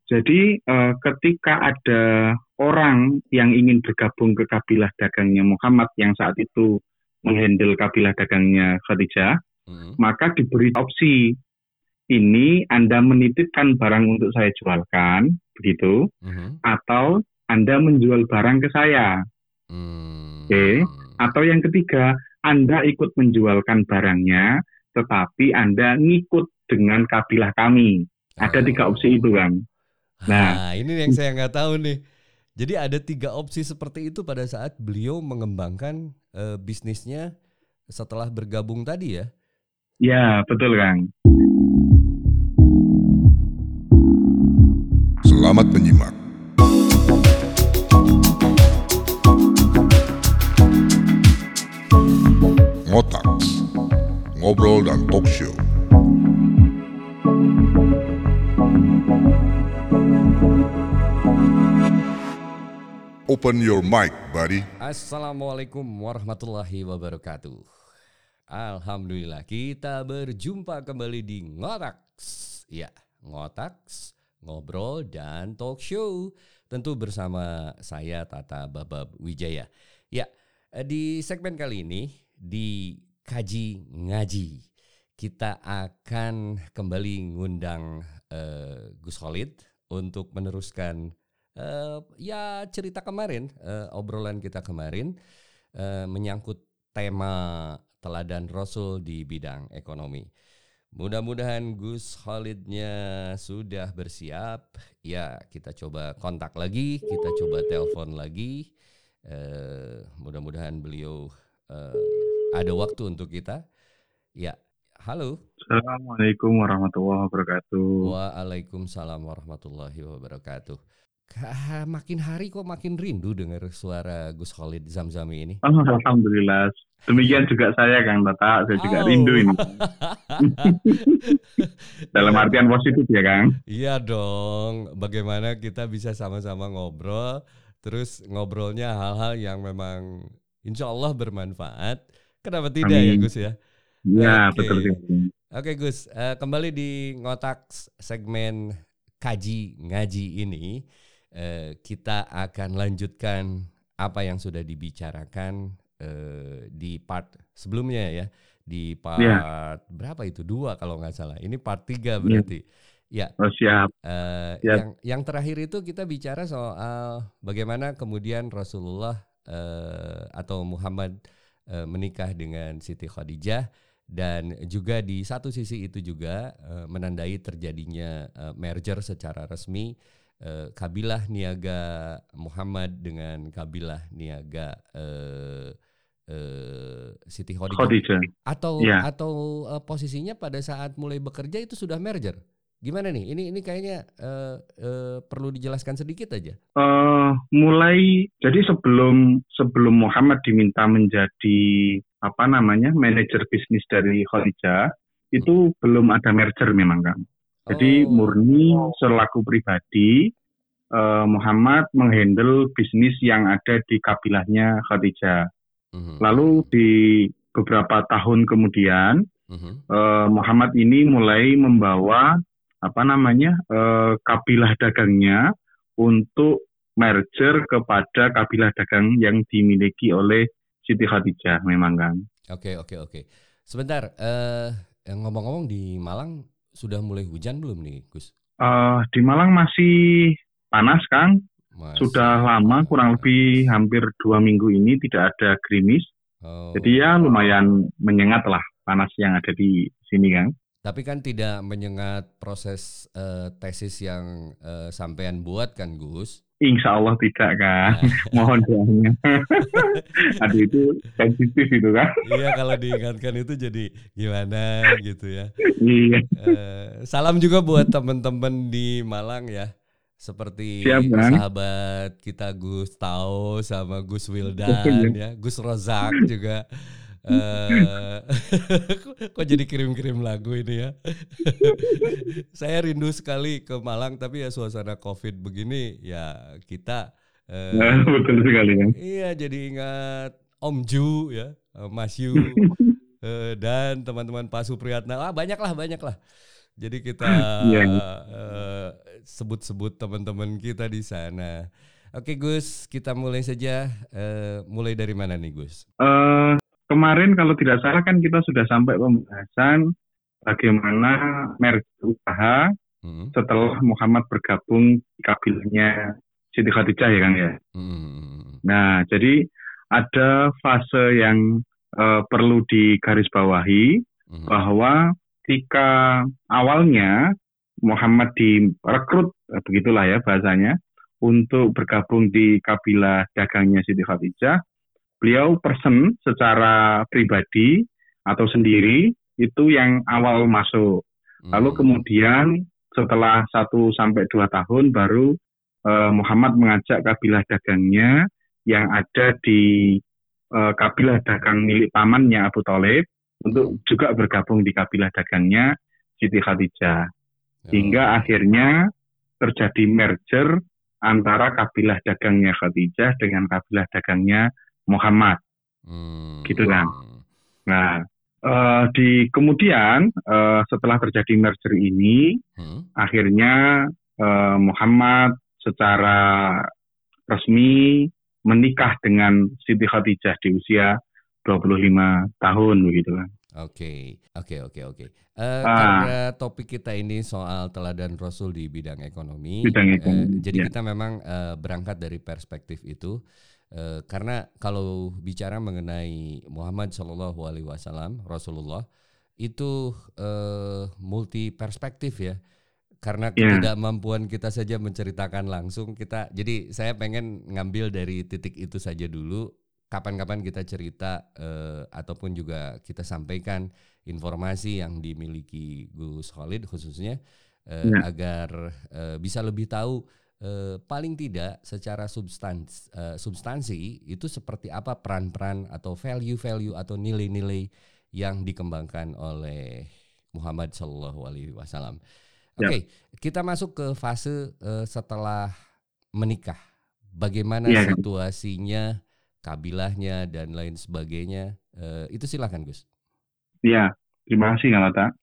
Jadi ketika ada orang yang ingin bergabung ke kabilah dagangnya Muhammad yang saat itu menghandle kabilah dagangnya Khadijah, Mm-mm. maka diberi opsi ini Anda menitipkan barang untuk saya jualkan, begitu, Mhm. atau Anda menjual barang ke saya. Oke. Hmm. Atau yang ketiga, Anda ikut menjualkan barangnya, tetapi Anda ngikut dengan kabilah kami. Ada tiga opsi Oh. itu, kan. Nah, Ini yang saya nggak tahu nih. Jadi ada 3 opsi seperti itu pada saat beliau mengembangkan bisnisnya setelah bergabung tadi ya. ya betul, Kang. Selamat menyimak. Ngotaks, ngobrol dan talk show. Open your mic, buddy. Assalamualaikum warahmatullahi wabarakatuh. Alhamdulillah kita berjumpa kembali di Ngotaks. Ya, Ngotaks, ngobrol dan talk show. Tentu bersama saya Tata Babab Wijaya. Ya, di segmen kali ini di Kaji Ngaji kita akan kembali ngundang Gus Khalid untuk meneruskan ya cerita kemarin, obrolan kita kemarin menyangkut tema teladan Rasul di bidang ekonomi. Mudah-mudahan Gus Khalidnya sudah bersiap. Ya, kita coba kontak lagi, kita coba telepon lagi. Mudah-mudahan beliau ada waktu untuk kita. Ya, halo. Assalamualaikum warahmatullahi wabarakatuh. Waalaikumsalam warahmatullahi wabarakatuh. Makin hari kok makin rindu dengar suara Gus Khalid Zamzami ini. Oh, alhamdulillah. Demikian juga saya, Kang Tata. Saya juga rindu ini. Dalam artian positif ya, Kang? Iya dong. Bagaimana kita bisa sama-sama ngobrol, terus ngobrolnya hal-hal yang memang insya Allah bermanfaat. Kenapa tidak ya Amin. Gus ya? Ya, betul Oke. sekali. Oke Gus, kembali di ngotak segmen kaji ngaji ini. Kita akan lanjutkan apa yang sudah dibicarakan di part sebelumnya ya. Di part berapa itu? 2 kalau nggak salah. Ini part 3 berarti. Ya. Oh, siap. Yang terakhir itu kita bicara soal bagaimana kemudian Rasulullah atau Muhammad menikah dengan Siti Khadijah. Dan juga di satu sisi itu juga menandai terjadinya merger secara resmi kabilah niaga Muhammad dengan kabilah niaga Siti Khadijah. Atau posisinya pada saat mulai bekerja itu sudah merger. Gimana nih? Ini kayaknya perlu dijelaskan sedikit aja. Jadi sebelum Muhammad diminta menjadi manajer bisnis dari Khadijah, itu belum ada merger memang, Kang. Jadi murni selaku pribadi Muhammad menghandle bisnis yang ada di kabilahnya Khadijah. Lalu di beberapa tahun kemudian Muhammad ini mulai membawa kabilah dagangnya untuk merger kepada kabilah dagang yang dimiliki oleh Siti Khadijah memang, Kang. Oke. Sebentar, ngomong-ngomong di Malang sudah mulai hujan belum nih, Gus? Di Malang masih panas, Kang. Sudah lama, kurang lebih hampir 2 minggu ini tidak ada gerimis. Jadi ya lumayan menyengat lah panas yang ada di sini, Kang. Tapi kan tidak menyengat proses tesis yang sampean buat kan, Gus? Insya Allah tidak, Kang. Mohon doanya. Aduh, itu sensitif itu, kan? Iya, kalau diingatkan itu jadi gimana gitu ya. Iya. Salam juga buat teman-teman di Malang ya. Seperti sahabat kita Gus Tau sama Gus Wildan ya, Gus Rozak juga. Kok jadi kirim-kirim lagu ini ya. Saya rindu sekali ke Malang, tapi ya suasana COVID begini ya kita betul sekali ya. Iya, jadi ingat Om Ju ya, Mas Yu dan teman-teman Pak Supriyatna. Banyak lah. Jadi kita sebut-sebut teman-teman kita di sana. Oke Gus, kita mulai saja. Mulai dari mana nih Gus? Kemarin kalau tidak salah kan kita sudah sampai pembahasan bagaimana merger usaha setelah Muhammad bergabung di kabilahnya Siti Khadijah ya Kang ya. Nah, jadi ada fase yang perlu digarisbawahi bahwa ketika awalnya Muhammad direkrut, begitulah ya bahasanya, untuk bergabung di kabilah dagangnya Siti Khadijah, beliau person secara pribadi atau sendiri itu yang awal masuk. Lalu kemudian setelah 1-2 tahun baru Muhammad mengajak kabilah dagangnya yang ada di kabilah dagang milik pamannya Abu Thalib untuk juga bergabung di kabilah dagangnya Siti Khadijah. Hingga akhirnya terjadi merger antara kabilah dagangnya Khadijah dengan kabilah dagangnya Muhammad, gitu kan. Nah, kemudian setelah terjadi merger ini, akhirnya Muhammad secara resmi menikah dengan Siti Khadijah di usia 25 tahun, begitu kan. Oke. Karena topik kita ini soal teladan Rasul di bidang ekonomi. Jadi kita memang berangkat dari perspektif itu. Karena kalau bicara mengenai Muhammad SAW, Rasulullah itu multi perspektif ya. Karena ketidakmampuan kita saja menceritakan langsung jadi saya pengen ngambil dari titik itu saja dulu. Kapan-kapan kita cerita ataupun juga kita sampaikan informasi yang dimiliki Gus Khalid khususnya agar bisa lebih tahu. Paling tidak secara substansi itu seperti apa peran-peran atau value-value atau nilai-nilai yang dikembangkan oleh Muhammad SAW. Oke, kita masuk ke fase setelah menikah. Bagaimana situasinya, kabilahnya dan lain sebagainya. Itu silakan Gus. Ya, terima kasih Kang Lata.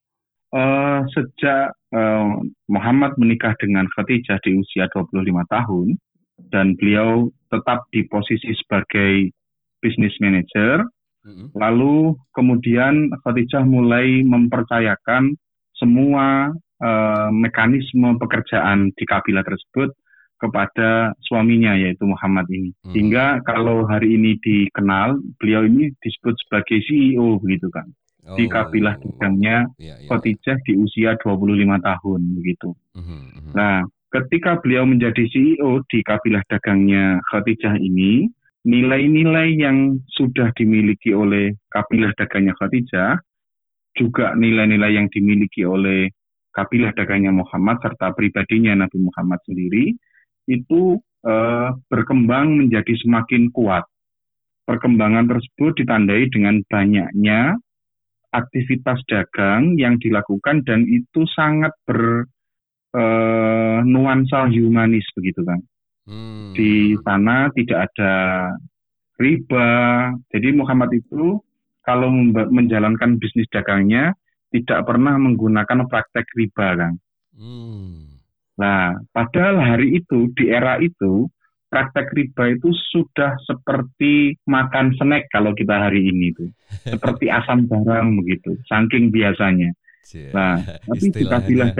Sejak Muhammad menikah dengan Khadijah di usia 25 tahun dan beliau tetap di posisi sebagai business manager, lalu kemudian Khadijah mulai mempercayakan semua mekanisme pekerjaan di kabilah tersebut kepada suaminya yaitu Muhammad ini. Hingga kalau hari ini dikenal, beliau ini disebut sebagai CEO begitu kan. Di kabilah dagangnya Khadijah di usia 25 tahun begitu. Nah, ketika beliau menjadi CEO di kabilah dagangnya Khadijah ini, nilai-nilai yang sudah dimiliki oleh kabilah dagangnya Khadijah, juga nilai-nilai yang dimiliki oleh kabilah dagangnya Muhammad serta pribadinya Nabi Muhammad sendiri, itu berkembang menjadi semakin kuat. Perkembangan tersebut ditandai dengan banyaknya aktivitas dagang yang dilakukan dan itu sangat bernuansa humanis begitu kan. Di sana tidak ada riba. Jadi Muhammad itu kalau menjalankan bisnis dagangnya tidak pernah menggunakan praktek riba kan. Nah, padahal hari itu di era itu praktek riba itu sudah seperti makan snack kalau kita hari ini itu. Seperti asam garam begitu, saking biasanya. Nah, tapi di kabilah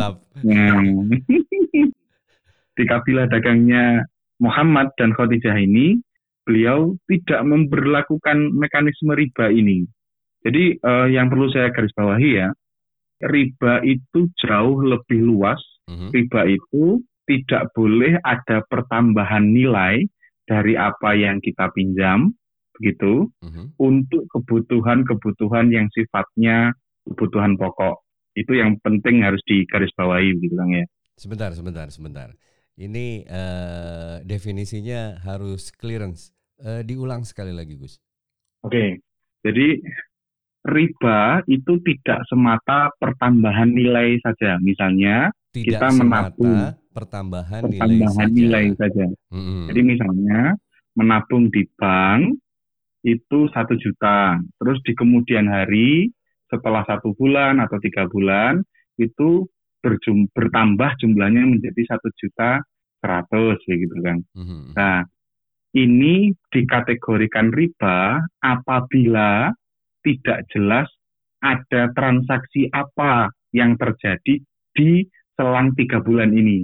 di kabilah dagangnya Muhammad dan Khadijah ini, beliau tidak memberlakukan mekanisme riba ini. Jadi yang perlu saya garis bawahi ya, riba itu jauh lebih luas. Riba itu tidak boleh ada pertambahan nilai dari apa yang kita pinjam, begitu, untuk kebutuhan-kebutuhan yang sifatnya kebutuhan pokok. Itu yang penting harus digarisbawahi, begitu Kang ya. Sebentar. Ini definisinya harus clearance. Diulang sekali lagi, Gus. Oke, jadi riba itu tidak semata pertambahan nilai saja. Misalnya tidak kita menabung pertambahan nilai saja. Jadi misalnya menabung di bank itu 1 juta, terus di kemudian hari setelah 1 bulan atau 3 bulan itu bertambah jumlahnya menjadi 1.100.000 gitu kan. Nah, ini dikategorikan riba apabila tidak jelas ada transaksi apa yang terjadi di selang 3 bulan ini.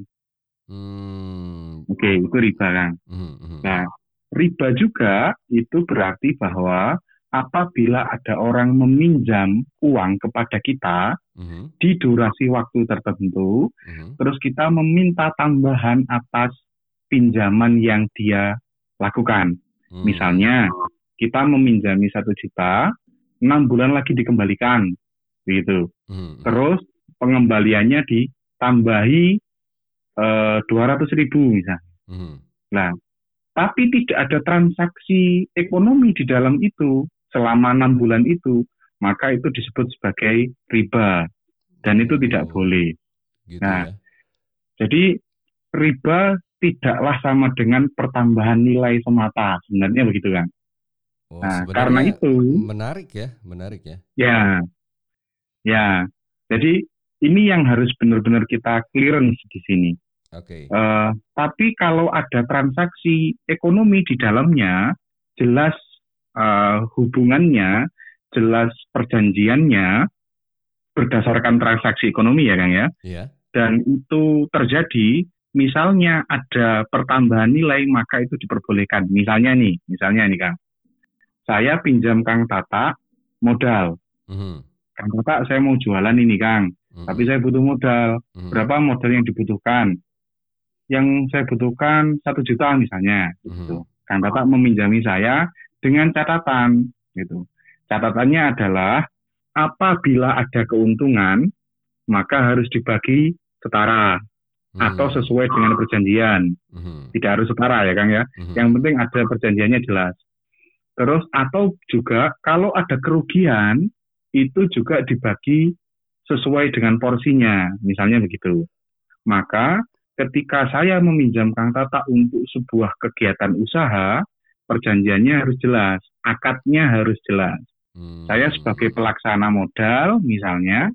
Oke, itu riba kan. Nah, riba juga itu berarti bahwa apabila ada orang meminjam uang kepada kita di durasi waktu tertentu, terus kita meminta tambahan atas pinjaman yang dia lakukan. Misalnya, kita meminjami 1 juta, 6 bulan lagi dikembalikan, begitu. Terus pengembaliannya ditambahi 200.000 misalnya. Nah, tapi tidak ada transaksi ekonomi di dalam itu selama 6 bulan itu, maka itu disebut sebagai riba, dan itu tidak boleh. Gitu nah, jadi riba tidaklah sama dengan pertambahan nilai semata, sebenarnya begitu kan. Nah, karena itu menarik ya. Ya. Jadi ini yang harus benar-benar kita clearance di sini. Oke. Tapi kalau ada transaksi ekonomi di dalamnya, jelas hubungannya, jelas perjanjiannya berdasarkan transaksi ekonomi ya Kang ya. Iya. Dan itu terjadi, misalnya ada pertambahan nilai, maka itu diperbolehkan. Misalnya nih Kang, saya pinjam Kang Tata modal. Kang Tata, saya mau jualan ini Kang, tapi saya butuh modal. Berapa modal yang dibutuhkan? Yang saya butuhkan 1 juta misalnya. Gitu. Kang Tata meminjami saya dengan catatan. Gitu. Catatannya adalah apabila ada keuntungan, maka harus dibagi setara. Atau sesuai dengan perjanjian. Tidak harus setara ya Kang ya. Yang penting ada perjanjiannya jelas. Terus atau juga kalau ada kerugian, itu juga dibagi sesuai dengan porsinya. Misalnya begitu. Maka ketika saya meminjam Kang Tata untuk sebuah kegiatan usaha, perjanjiannya harus jelas. Akadnya harus jelas. Saya sebagai pelaksana modal misalnya,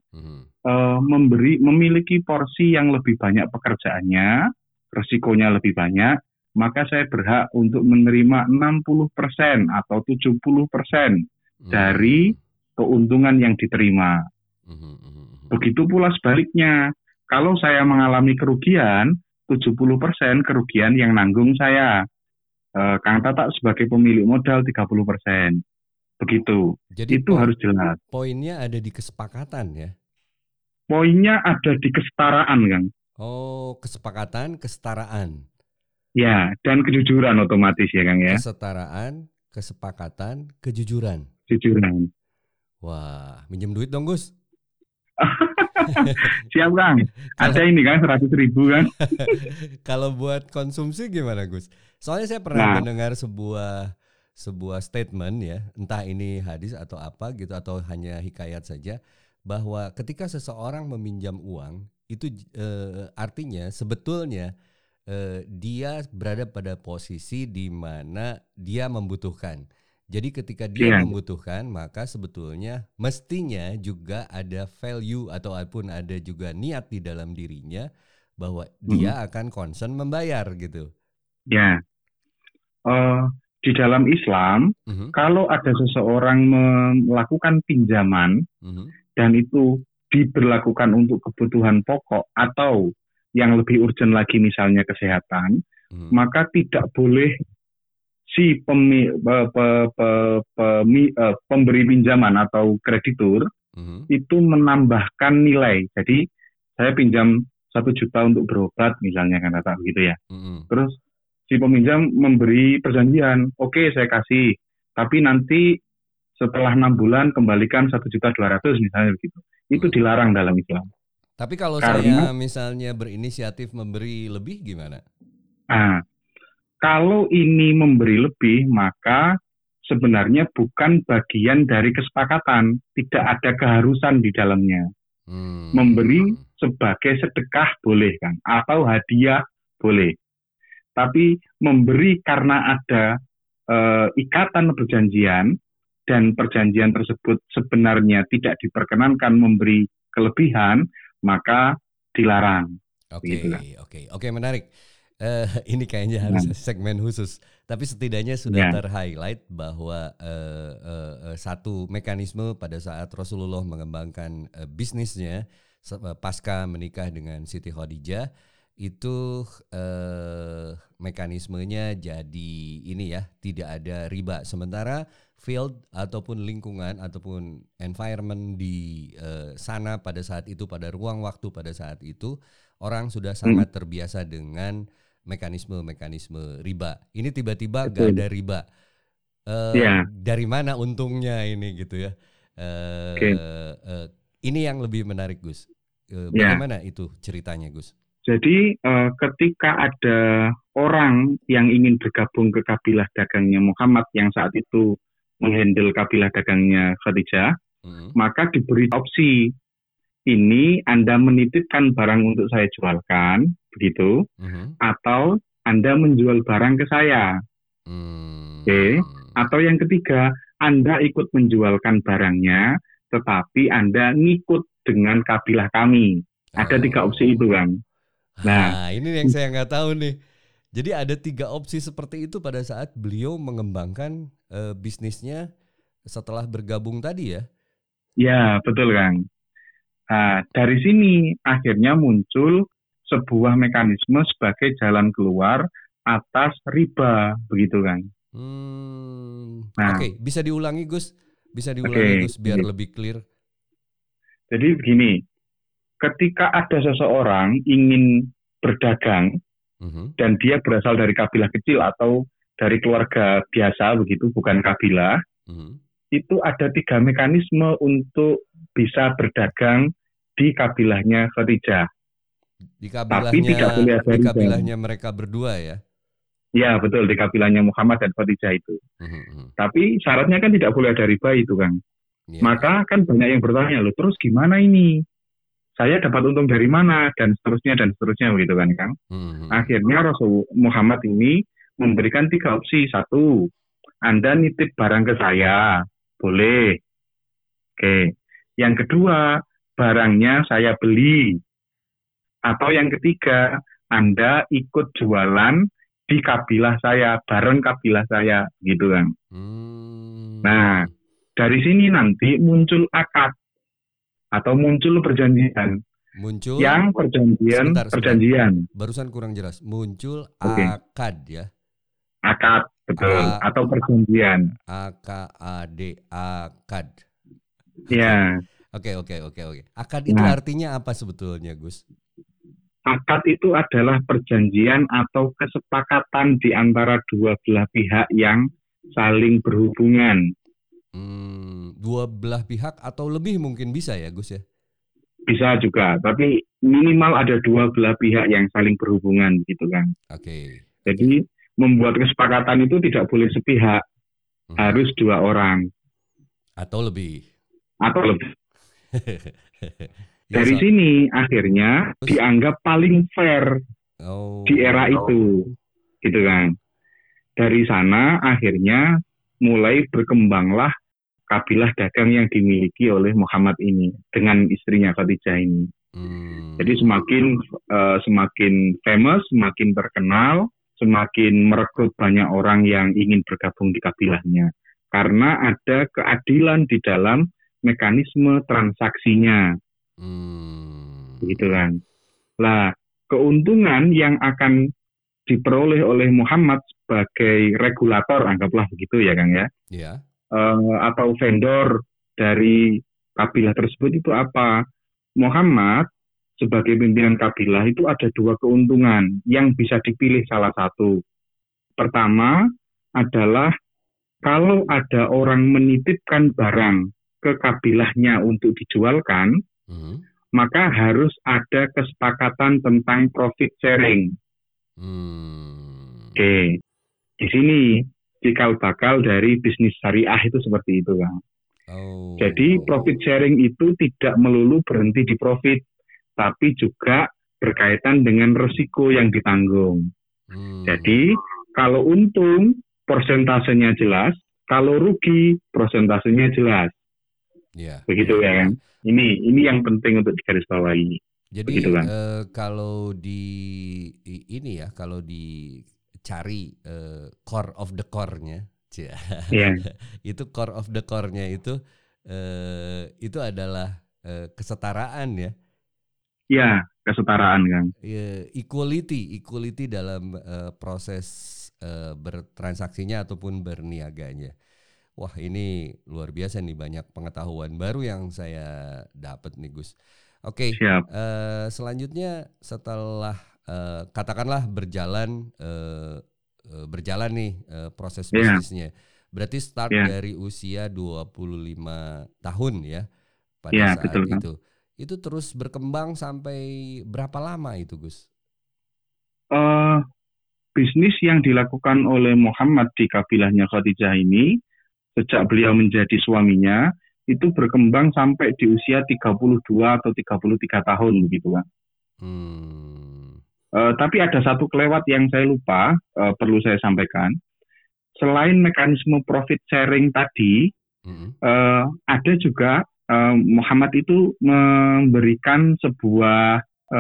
memiliki porsi yang lebih banyak pekerjaannya, resikonya lebih banyak, maka saya berhak untuk menerima 60% atau 70% dari keuntungan yang diterima. Begitu pula sebaliknya, kalau saya mengalami kerugian, 70% kerugian yang nanggung saya. Kang Tata sebagai pemilik modal 30%. Begitu. Jadi itu harus jelas. Poinnya ada di kesepakatan ya? Poinnya ada di kesetaraan, Kang. Oh, kesepakatan, kesetaraan. Ya, dan kejujuran otomatis ya, Kang ya. Kesetaraan, kesepakatan, kejujuran. Kejujuran. Wah, minjem duit dong, Gus. Siap, Kang. Ada ini kan 100.000 kan. Kalau buat konsumsi gimana, Gus? Soalnya saya pernah mendengar sebuah statement ya, entah ini hadis atau apa gitu atau hanya hikayat saja, bahwa ketika seseorang meminjam uang itu artinya sebetulnya dia berada pada posisi di mana dia membutuhkan. Jadi ketika dia membutuhkan, maka sebetulnya mestinya juga ada value ataupun ada juga niat di dalam dirinya bahwa dia akan concern membayar gitu. Ya. Di dalam Islam, kalau ada seseorang melakukan pinjaman dan itu diberlakukan untuk kebutuhan pokok atau yang lebih urgent lagi misalnya kesehatan, maka tidak boleh si pemberi pinjaman atau kreditur itu menambahkan nilai. Jadi saya pinjam 1 juta untuk berobat misalnya kan kata begitu ya. Terus si peminjam memberi perjanjian, oke, saya kasih, tapi nanti setelah 6 bulan kembalikan 1.200.000 misalnya begitu. Itu dilarang dalam Islam. Tapi kalau saya misalnya berinisiatif memberi lebih gimana? Kalau ini memberi lebih, maka sebenarnya bukan bagian dari kesepakatan, tidak ada keharusan di dalamnya. Memberi sebagai sedekah boleh kan, atau hadiah boleh. Tapi memberi karena ada ikatan perjanjian dan perjanjian tersebut sebenarnya tidak diperkenankan memberi kelebihan, maka dilarang. Oke, menarik. Ini kayaknya harus segmen khusus. Tapi setidaknya sudah ter-highlight bahwa satu mekanisme pada saat Rasulullah mengembangkan bisnisnya pasca menikah dengan Siti Khadijah itu mekanismenya jadi ini ya, tidak ada riba. Sementara field ataupun lingkungan ataupun environment di sana pada saat itu, pada ruang waktu pada saat itu orang sudah sangat terbiasa dengan mekanisme riba. Ini tiba-tiba gak ada riba. Dari mana untungnya ini gitu ya? Ini yang lebih menarik, Gus. Bagaimana itu ceritanya, Gus? Jadi ketika ada orang yang ingin bergabung ke kabilah dagangnya Muhammad yang saat itu menghandle kabilah dagangnya Khadijah, maka diberi opsi, ini Anda menitipkan barang untuk saya jualkan, begitu, atau Anda menjual barang ke saya. Atau yang ketiga, Anda ikut menjualkan barangnya, tetapi Anda ngikut dengan kabilah kami. Ada 3 opsi itu, Bang. Nah, ini yang saya nggak tahu nih. Jadi ada 3 opsi seperti itu pada saat beliau mengembangkan bisnisnya setelah bergabung tadi ya? Ya, betul, Kang. Nah, dari sini akhirnya muncul sebuah mekanisme sebagai jalan keluar atas riba, begitu kan? Oke, bisa diulangi Gus? Bisa diulangi Gus biar lebih clear. Jadi begini, ketika ada seseorang ingin berdagang dan dia berasal dari kabilah kecil atau dari keluarga biasa begitu, bukan kabilah, itu ada 3 mekanisme untuk bisa berdagang di kabilahnya Khadijah. Tapi tidak boleh ada di kabilahnya mereka berdua ya? Ya betul, di kabilahnya Muhammad dan Khadijah itu. Tapi syaratnya kan tidak boleh ada riba itu, Kang. Maka kan banyak yang bertanya, loh terus gimana ini? Saya dapat untung dari mana? Dan seterusnya begitu kan, Kang. Akhirnya Rasul Muhammad ini memberikan 3 opsi. 1, Anda nitip barang ke saya, boleh. Oke. Yang kedua, barangnya saya beli. Atau yang ketiga, Anda ikut jualan di kabilah saya, bareng kabilah saya, gitu kan. Nah, dari sini nanti muncul akad atau muncul perjanjian. Yang perjanjian. Barusan kurang jelas. Muncul akad ya. Akad, betul. Atau perjanjian. AKAD, akad. Ya. Oke. Akad itu artinya apa sebetulnya, Gus? Akad itu adalah perjanjian atau kesepakatan di antara 2 belah pihak yang saling berhubungan. 2 belah pihak atau lebih mungkin bisa ya, Gus ya? Bisa juga, tapi minimal ada 2 belah pihak yang saling berhubungan gitu kan. Jadi membuat kesepakatan itu tidak boleh sepihak, harus 2 orang. Atau lebih. Dari sini akhirnya dianggap paling fair di era itu, gitu kan. Dari sana akhirnya mulai berkembanglah kabilah dagang yang dimiliki oleh Muhammad ini dengan istrinya Khadijah ini. Jadi semakin famous, semakin terkenal, semakin merekrut banyak orang yang ingin bergabung di kabilahnya. Karena ada keadilan di dalam mekanisme transaksinya. Begitu kan. Lah, keuntungan yang akan diperoleh oleh Muhammad sebagai regulator, anggaplah begitu ya Kang ya. Iya. Atau vendor dari kabilah tersebut itu apa? Muhammad sebagai pimpinan kabilah itu ada 2 keuntungan yang bisa dipilih salah satu. Pertama adalah kalau ada orang menitipkan barang ke kabilahnya untuk dijualkan, maka harus ada kesepakatan tentang profit sharing. Oke. Di sini cikal bakal dari bisnis syariah itu seperti itu, Kang. Jadi profit sharing itu tidak melulu berhenti di profit, tapi juga berkaitan dengan risiko yang ditanggung. Jadi kalau untung persentasenya jelas, kalau rugi persentasenya jelas. Begitu ya, Kang. Ini yang penting untuk digarisbawahi. Jadi Begitu kan? kalau kalau dicari core of the core-nya, Iya. itu core of the core-nya itu adalah kesetaraan ya. Ya, kesetaraan kan. Equality dalam proses bertransaksinya ataupun berniaganya. Wah, ini luar biasa nih, banyak pengetahuan baru yang saya dapat nih, Gus. Oke, Siap. selanjutnya setelah katakanlah berjalan nih proses bisnisnya. Berarti start dari usia 25 tahun ya pada saat betul, kan? itu. Itu terus berkembang sampai berapa lama itu, Gus? Bisnis yang dilakukan oleh Muhammad di kabilahnya Khadijah ini sejak beliau menjadi suaminya itu berkembang sampai di usia 32 atau 33 tahun begitu kan. Tapi ada satu kelewat yang saya lupa, perlu saya sampaikan. Selain mekanisme profit sharing tadi, ada juga Muhammad itu memberikan sebuah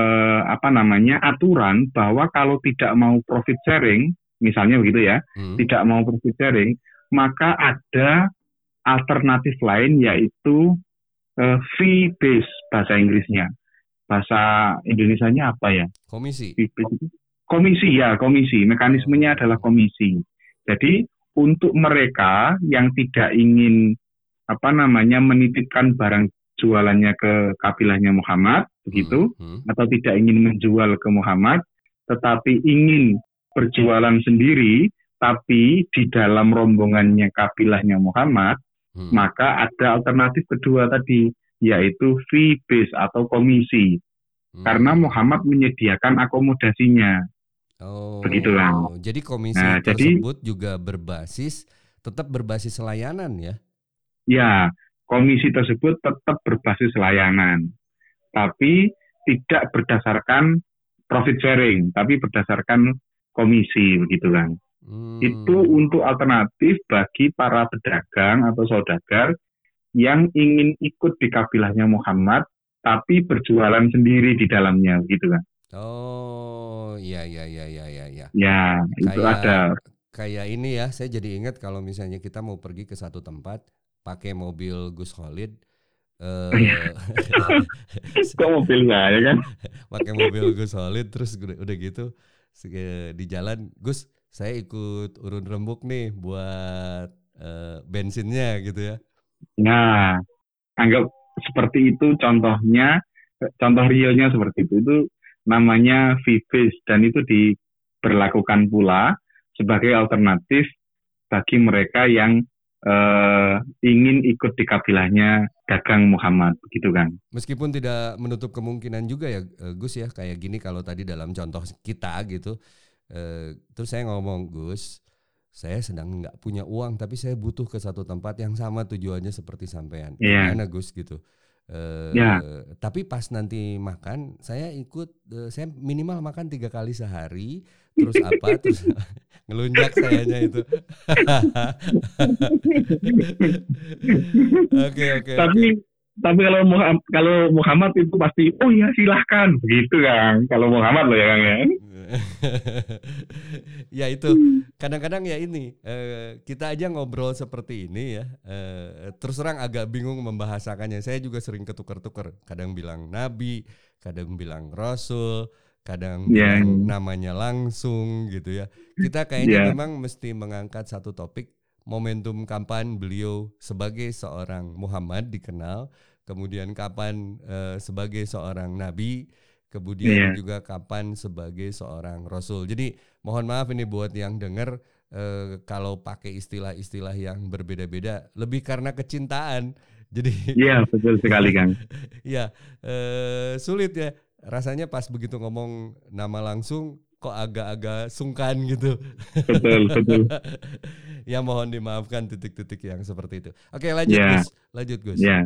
aturan bahwa kalau tidak mau profit sharing, misalnya begitu ya, tidak mau profit sharing, maka ada alternatif lain yaitu fee base bahasa Inggrisnya. Bahasa Indonesianya apa ya? Komisi. Komisi. Mekanismenya adalah komisi. Jadi untuk mereka yang tidak ingin menitipkan barang jualannya ke kabilahnya Muhammad begitu, atau tidak ingin menjual ke Muhammad, tetapi ingin berjualan sendiri, tapi di dalam rombongannya kabilahnya Muhammad, maka ada alternatif kedua tadi, yaitu fee base atau komisi. Karena Muhammad menyediakan akomodasinya. Begitulah. Jadi komisi tersebut juga tetap berbasis layanan ya? Ya, komisi tersebut tetap berbasis layanan. Tapi tidak berdasarkan profit sharing, tapi berdasarkan komisi, begitu kan. Itu untuk alternatif bagi para pedagang atau saudagar yang ingin ikut di kabilahnya Muhammad tapi berjualan sendiri di dalamnya, gitu kan. Oh, iya. Ya, itu ada. Kayak ini ya, saya jadi ingat kalau misalnya kita mau pergi ke satu tempat pakai mobil Gus Khalid. Kok mobil saya kan? Pakai mobil Gus Khalid, terus udah gitu di jalan, Gus, saya ikut urun rembuk nih buat bensinnya gitu ya. Nah, anggap seperti itu contohnya, contoh realnya seperti itu. Itu namanya fee base dan itu diberlakukan pula sebagai alternatif bagi mereka yang ingin ikut di kabilahnya dagang Muhammad, gitu kan. Meskipun tidak menutup kemungkinan juga ya, Gus ya, kayak gini kalau tadi dalam contoh kita gitu, terus saya ngomong, Gus, saya sedang nggak punya uang tapi saya butuh ke satu tempat yang sama tujuannya seperti sampean. Gimana Gus gitu? Tapi pas nanti makan saya saya minimal makan 3 kali sehari, terus ngelunjak sayanya itu. Oke. Tapi kalau Muhammad itu pasti silahkan begitu kan. Kalau Muhammad loh ya Kang ya. Ya itu kadang-kadang ya ini kita aja ngobrol seperti ini ya, terus terang agak bingung membahasakannya. Saya juga sering ketukar-tukar, kadang bilang nabi, kadang bilang rasul, kadang bilang namanya langsung gitu ya. Kita kayaknya memang mesti mengangkat satu topik, momentum kapan beliau sebagai seorang Muhammad dikenal, kemudian kapan sebagai seorang nabi, kemudian juga kapan sebagai seorang rasul. Jadi mohon maaf ini buat yang dengar kalau pakai istilah-istilah yang berbeda-beda, lebih karena kecintaan. Jadi betul sekali Kang. Sulit ya rasanya pas begitu ngomong nama langsung kok agak-agak sungkan gitu. Betul. Ya mohon dimaafkan titik-titik yang seperti itu. Oke, lanjut Gus. Ya,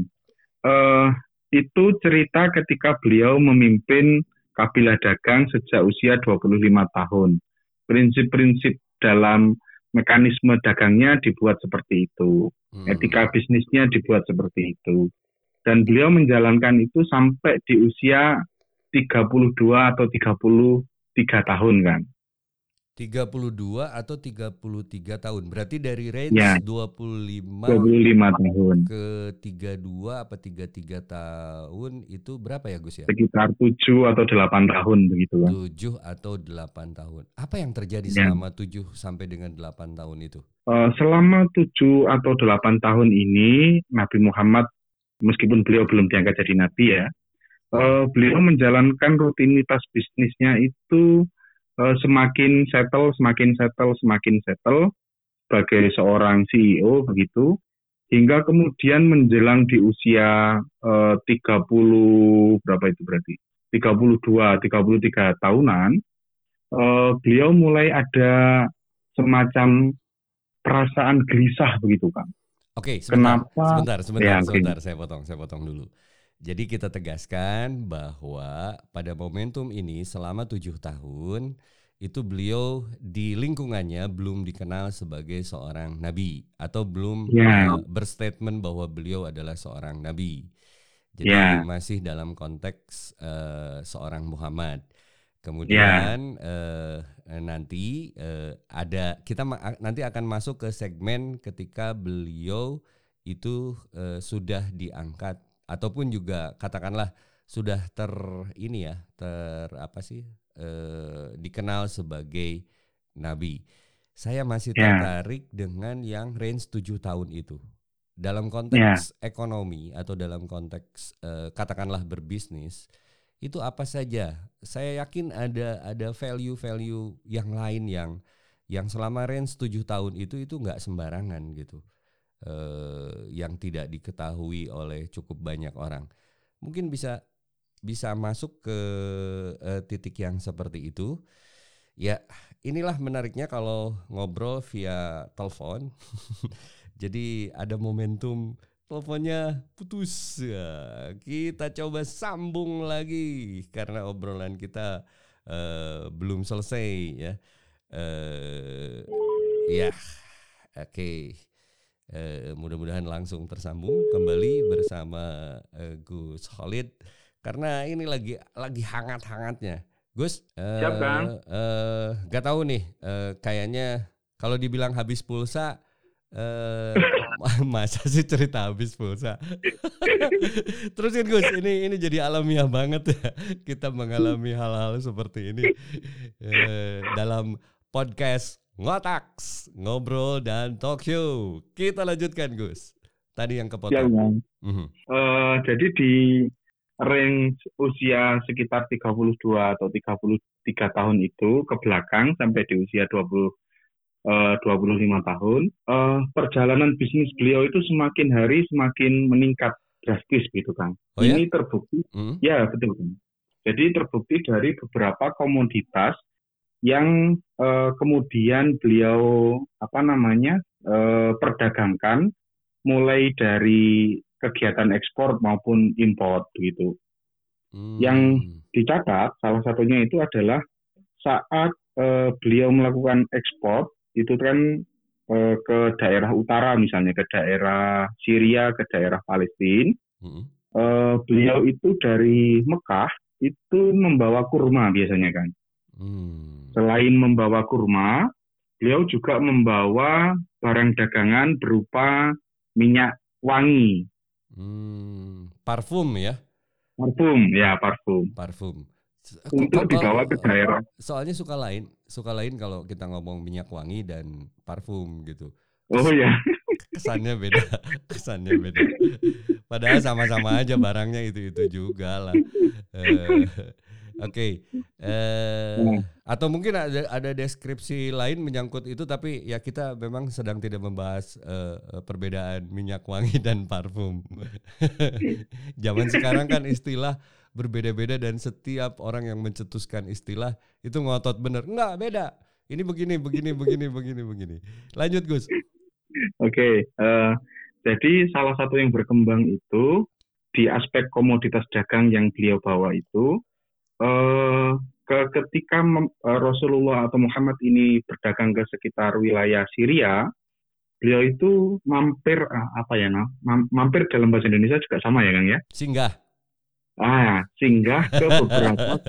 itu cerita ketika beliau memimpin kabilah dagang sejak usia 25 tahun. Prinsip-prinsip dalam mekanisme dagangnya dibuat seperti itu. Etika bisnisnya dibuat seperti itu. Dan beliau menjalankan itu sampai di usia 32 atau 33 tahun kan. 32 atau 33 tahun. Berarti dari range Ya, 25 tahun. ke 32 apa 33 tahun itu berapa ya Gus ya? Sekitar 7 atau 8 tahun begitu kan. 7 atau 8 tahun. Apa yang terjadi Ya. selama 7 sampai dengan 8 tahun itu? Selama 7 atau 8 tahun ini Nabi Muhammad, meskipun beliau belum diangkat jadi nabi ya, beliau menjalankan rutinitas bisnisnya itu semakin settle sebagai seorang CEO begitu, hingga kemudian menjelang di usia 30 berapa itu berarti 32 33 tahunan, beliau mulai ada semacam perasaan gelisah begitu kan. Oke, sebentar. Ya, Sebentar, saya potong dulu. Jadi kita tegaskan bahwa pada momentum ini selama 7 tahun itu beliau di lingkungannya belum dikenal sebagai seorang nabi atau belum berstatement bahwa beliau adalah seorang nabi. Jadi masih dalam konteks seorang Muhammad. Kemudian nanti kita nanti akan masuk ke segmen ketika beliau itu sudah diangkat ataupun juga katakanlah sudah dikenal sebagai nabi. Saya masih tertarik dengan yang range 7 tahun itu. Dalam konteks ekonomi atau dalam konteks katakanlah berbisnis, itu apa saja? Saya yakin ada value-value yang lain yang selama range 7 tahun itu nggak sembarangan gitu. Yang tidak diketahui oleh cukup banyak orang. Mungkin bisa masuk ke titik yang seperti itu. Ya, inilah menariknya kalau ngobrol via telepon. Jadi ada momentum teleponnya putus ya. Kita coba sambung lagi karena obrolan kita belum selesai ya. Oke. Mudah-mudahan langsung tersambung kembali bersama Gus Khalid karena ini lagi hangat-hangatnya. Gus, siap Kang. Gak tahu nih, kayaknya kalau dibilang habis pulsa, masa sih cerita habis pulsa? Terusin Gus, ini jadi alamiah banget ya. Kita mengalami hal-hal seperti ini dalam podcast Ngotaks, ngobrol dan talk show. Kita lanjutkan Gus. Tadi yang kepotong. Jadi di range usia sekitar 32 atau 33 tahun itu ke belakang sampai di usia 25 tahun, perjalanan bisnis beliau itu semakin hari semakin meningkat drastis gitu Kang. Ini terbukti, ya betul Kang. Jadi terbukti dari beberapa komoditas yang kemudian beliau perdagangkan mulai dari kegiatan ekspor maupun impor gitu. Yang dicatat salah satunya itu adalah saat beliau melakukan ekspor itu kan ke daerah utara misalnya ke daerah Syria, ke daerah Palestina. Beliau itu dari Mekah itu membawa kurma biasanya kan. Selain membawa kurma, beliau juga membawa barang dagangan berupa minyak wangi. Parfum ya? Parfum. Untuk dibawa ke daerah. Soalnya suka lain kalau kita ngomong minyak wangi dan parfum gitu. Oh ya. Kesannya beda. Padahal sama-sama aja barangnya itu juga lah. Oke. Atau mungkin ada deskripsi lain menyangkut itu, tapi ya kita memang sedang tidak membahas perbedaan minyak wangi dan parfum. Zaman sekarang kan istilah berbeda-beda dan setiap orang yang mencetuskan istilah itu ngotot bener. Enggak, beda. Ini begini. Lanjut Gus. Oke. Jadi salah satu yang berkembang itu di aspek komoditas dagang yang beliau bawa itu, ketika Rasulullah atau Muhammad ini berdagang ke sekitar wilayah Syria, beliau itu mampir dalam bahasa Indonesia juga sama ya Kang ya? Singgah. Singgah ke beberapa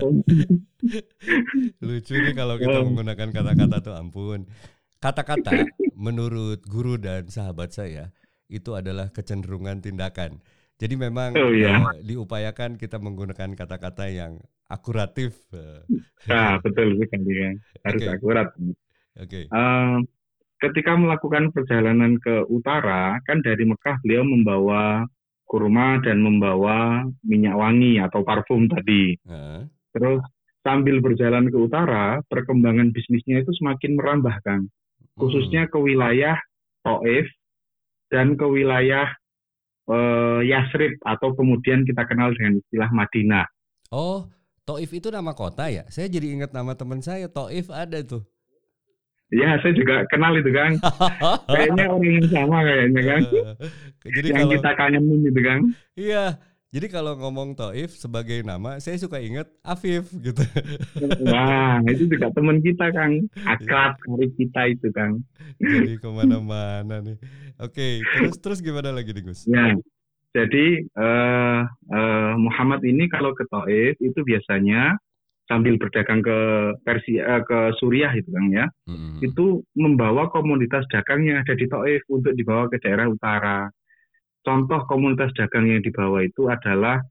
Lucu nih kalau kita menggunakan kata-kata tuh, ampun. Kata-kata menurut guru dan sahabat saya itu adalah kecenderungan tindakan. Jadi memang diupayakan kita menggunakan kata-kata yang akuratif. Betul sekali ya. Harus akurat. Oke. Ketika melakukan perjalanan ke utara, kan dari Mekah beliau membawa kurma dan membawa minyak wangi atau parfum tadi. Terus sambil berjalan ke utara, perkembangan bisnisnya itu semakin merambah, Kang. Khususnya ke wilayah Taif dan ke wilayah Yasrib atau kemudian kita kenal dengan istilah Madinah. Oh, Taif itu nama kota ya? Saya jadi ingat nama teman saya, Taif ada tuh. Ya, saya juga kenal itu, Kang. Kayaknya orang yang sama kayaknya, Kang. Jadi yang kalau kita kangenin itu, Kang. Iya. Jadi kalau ngomong Taif sebagai nama, saya suka ingat Afif gitu. Wah, itu juga teman kita, Kang. Akrab dari kita itu, Kang. Jadi kemana-mana nih. Oke, terus gimana lagi nih, Gus? Ya, jadi Muhammad ini kalau ke Taif itu biasanya sambil berdagang ke Persia, ke Suriah itu, Kang ya. Itu membawa komoditas dagang yang ada di Taif untuk dibawa ke daerah utara. Contoh komoditas dagang yang dibawa itu adalah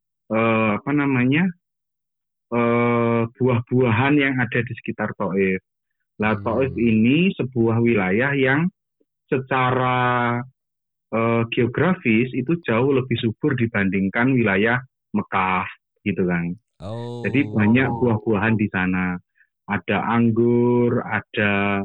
buah-buahan yang ada di sekitar Taif. Nah, Taif ini sebuah wilayah yang secara geografis itu jauh lebih subur dibandingkan wilayah Mekah, gitu kan. Jadi banyak buah-buahan di sana. Ada anggur, ada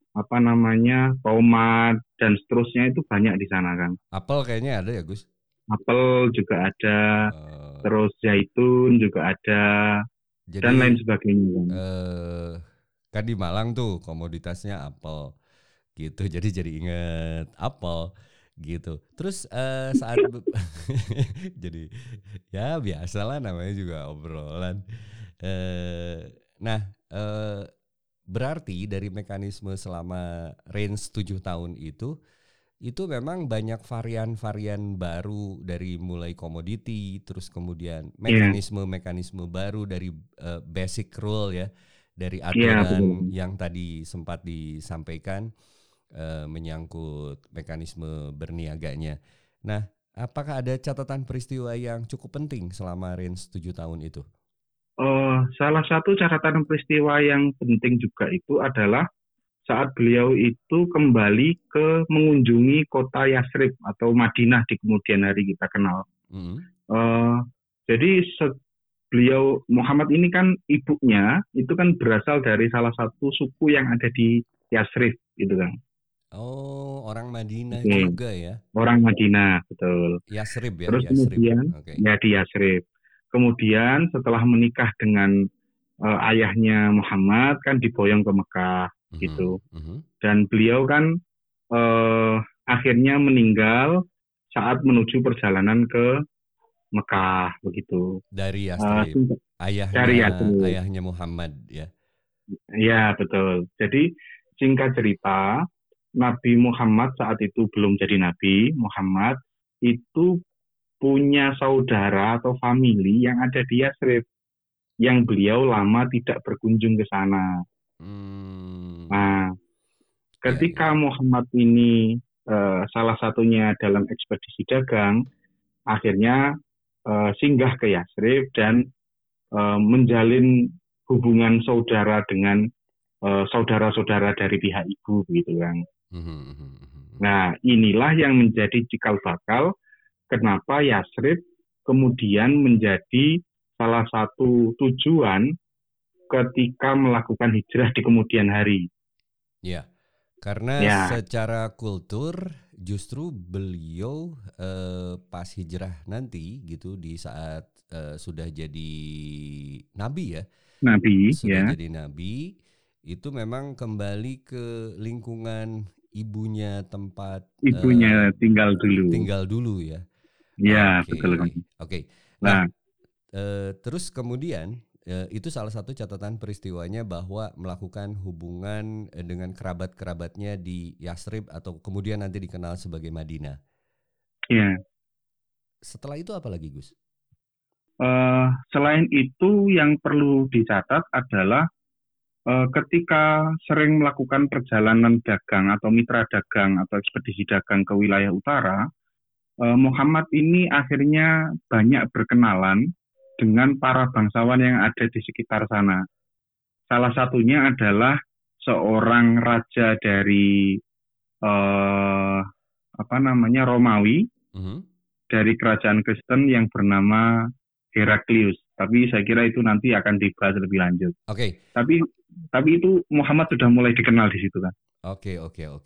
tomat dan seterusnya, itu banyak di sana, kan. Apel kayaknya ada ya, Gus? Apel juga ada, terus zaitun juga ada, jadi, dan lain sebagainya. Kan di Malang tuh komoditasnya apel, gitu. Jadi ingat apel, gitu. Terus saat jadi ya biasalah, namanya juga obrolan. Berarti dari mekanisme selama range 7 tahun itu memang banyak varian-varian baru, dari mulai komoditi, terus kemudian mekanisme baru dari basic rule ya, dari aturan yang tadi sempat disampaikan menyangkut mekanisme berniaganya. Nah, apakah ada catatan peristiwa yang cukup penting selama range 7 tahun itu? Salah satu catatan peristiwa yang penting juga itu adalah saat beliau itu kembali ke mengunjungi kota Yasrib atau Madinah di kemudian hari kita kenal. Jadi beliau Muhammad ini kan ibunya itu kan berasal dari salah satu suku yang ada di Yasrib, gitu kan. Oh, orang Madinah juga ya? Orang Madinah, betul. Yasrib ya? Terus kemudian ya di Yasrib. Kemudian setelah menikah dengan ayahnya Muhammad kan diboyong ke Mekah, gitu. Dan beliau kan akhirnya meninggal saat menuju perjalanan ke Mekah, begitu. Dari Yasrib, ayahnya Muhammad ya? Ya, betul. Jadi singkat cerita, Nabi Muhammad saat itu belum jadi Nabi. Muhammad itu punya saudara atau famili yang ada di Yasrib, yang beliau lama tidak berkunjung ke sana. Nah, ketika Muhammad ini salah satunya dalam ekspedisi dagang, akhirnya singgah ke Yasrib dan menjalin hubungan saudara dengan saudara-saudara dari pihak ibu, gitu kan. Nah, inilah yang menjadi cikal bakal kenapa Yasrib kemudian menjadi salah satu tujuan ketika melakukan hijrah di kemudian hari. Ya, karena secara kultur justru beliau pas hijrah nanti gitu, di saat sudah jadi nabi ya. Jadi nabi, itu memang kembali ke lingkungan ibunya, tempat tinggal dulu ya. Ya, betul. Oke. Nah, terus kemudian itu salah satu catatan peristiwanya bahwa melakukan hubungan dengan kerabat-kerabatnya di Yasrib atau kemudian nanti dikenal sebagai Madinah. Iya. Setelah itu apa lagi, Gus? Selain itu yang perlu dicatat adalah ketika sering melakukan perjalanan dagang atau mitra dagang atau ekspedisi dagang ke wilayah utara, Muhammad ini akhirnya banyak berkenalan dengan para bangsawan yang ada di sekitar sana. Salah satunya adalah seorang raja dari Romawi, dari kerajaan Kristen yang bernama Heraklius. Tapi saya kira itu nanti akan dibahas lebih lanjut. Oke. Tapi itu Muhammad sudah mulai dikenal di situ kan. Oke.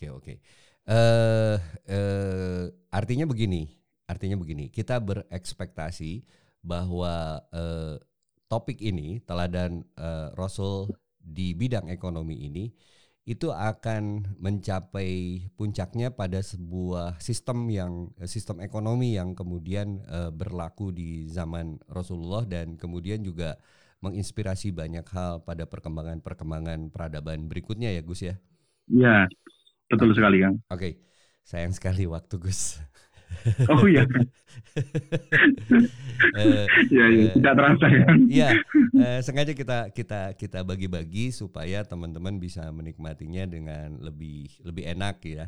Artinya begini. Kita berekspektasi bahwa topik ini, teladan Rasul di bidang ekonomi ini, itu akan mencapai puncaknya pada sebuah sistem ekonomi yang kemudian berlaku di zaman Rasulullah dan kemudian juga menginspirasi banyak hal pada perkembangan peradaban berikutnya ya Gus ya? Iya, betul sekali Kang. Oke, sayang sekali waktu Gus. Oh iya. Tidak terasa kan? Iya, sengaja kita bagi-bagi supaya teman-teman bisa menikmatinya dengan lebih enak ya.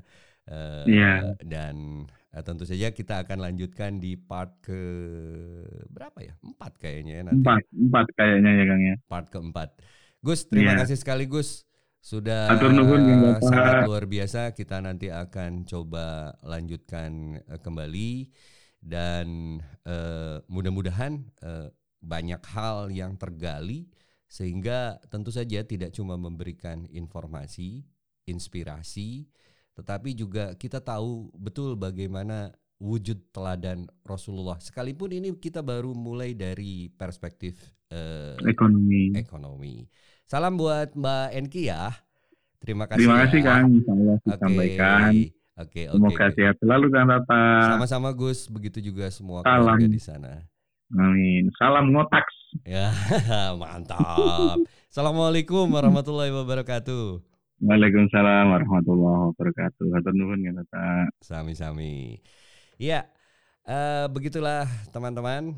Dan tentu saja kita akan lanjutkan di part ke berapa ya? 4 kayaknya ya nanti. 4 kayaknya ya Kang ya. Part ke-4. Gus, terima kasih sekali Gus. Sudah sangat luar biasa. Kita nanti akan coba lanjutkan kembali dan mudah-mudahan banyak hal yang tergali sehingga tentu saja tidak cuma memberikan informasi, inspirasi, tetapi juga kita tahu betul bagaimana wujud teladan Rasulullah. Sekalipun ini kita baru mulai dari perspektif ekonomi. Salam buat Mbak Enki ya. Terima kasih. Terima kasih Kang, saya sampaikan. Semoga sehat selalu Kang Tata. Sama-sama Gus, begitu juga semua keluarga di sana. Amin. Salam ngotaks. Ya, mantap. Assalamualaikum warahmatullahi wabarakatuh. Waalaikumsalam warahmatullahi wabarakatuh. Hatur nuhun Kang Tata. Sami-sami. Ya, begitulah teman-teman.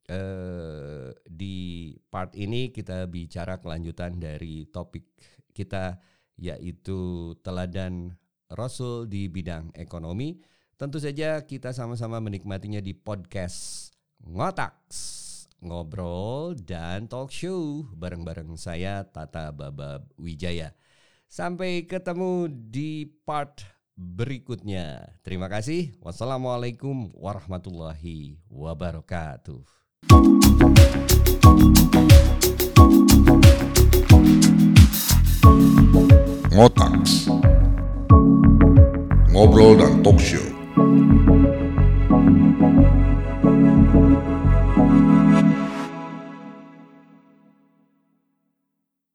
Di part ini kita bicara kelanjutan dari topik kita yaitu teladan Rasul di bidang ekonomi. Tentu saja kita sama-sama menikmatinya di podcast Ngotaks, ngobrol dan talk show bareng-bareng saya Tata Babab Wijaya. Sampai ketemu di part berikutnya. Terima kasih. Wassalamualaikum warahmatullahi wabarakatuh. Ngotaks, ngobrol dan talk show.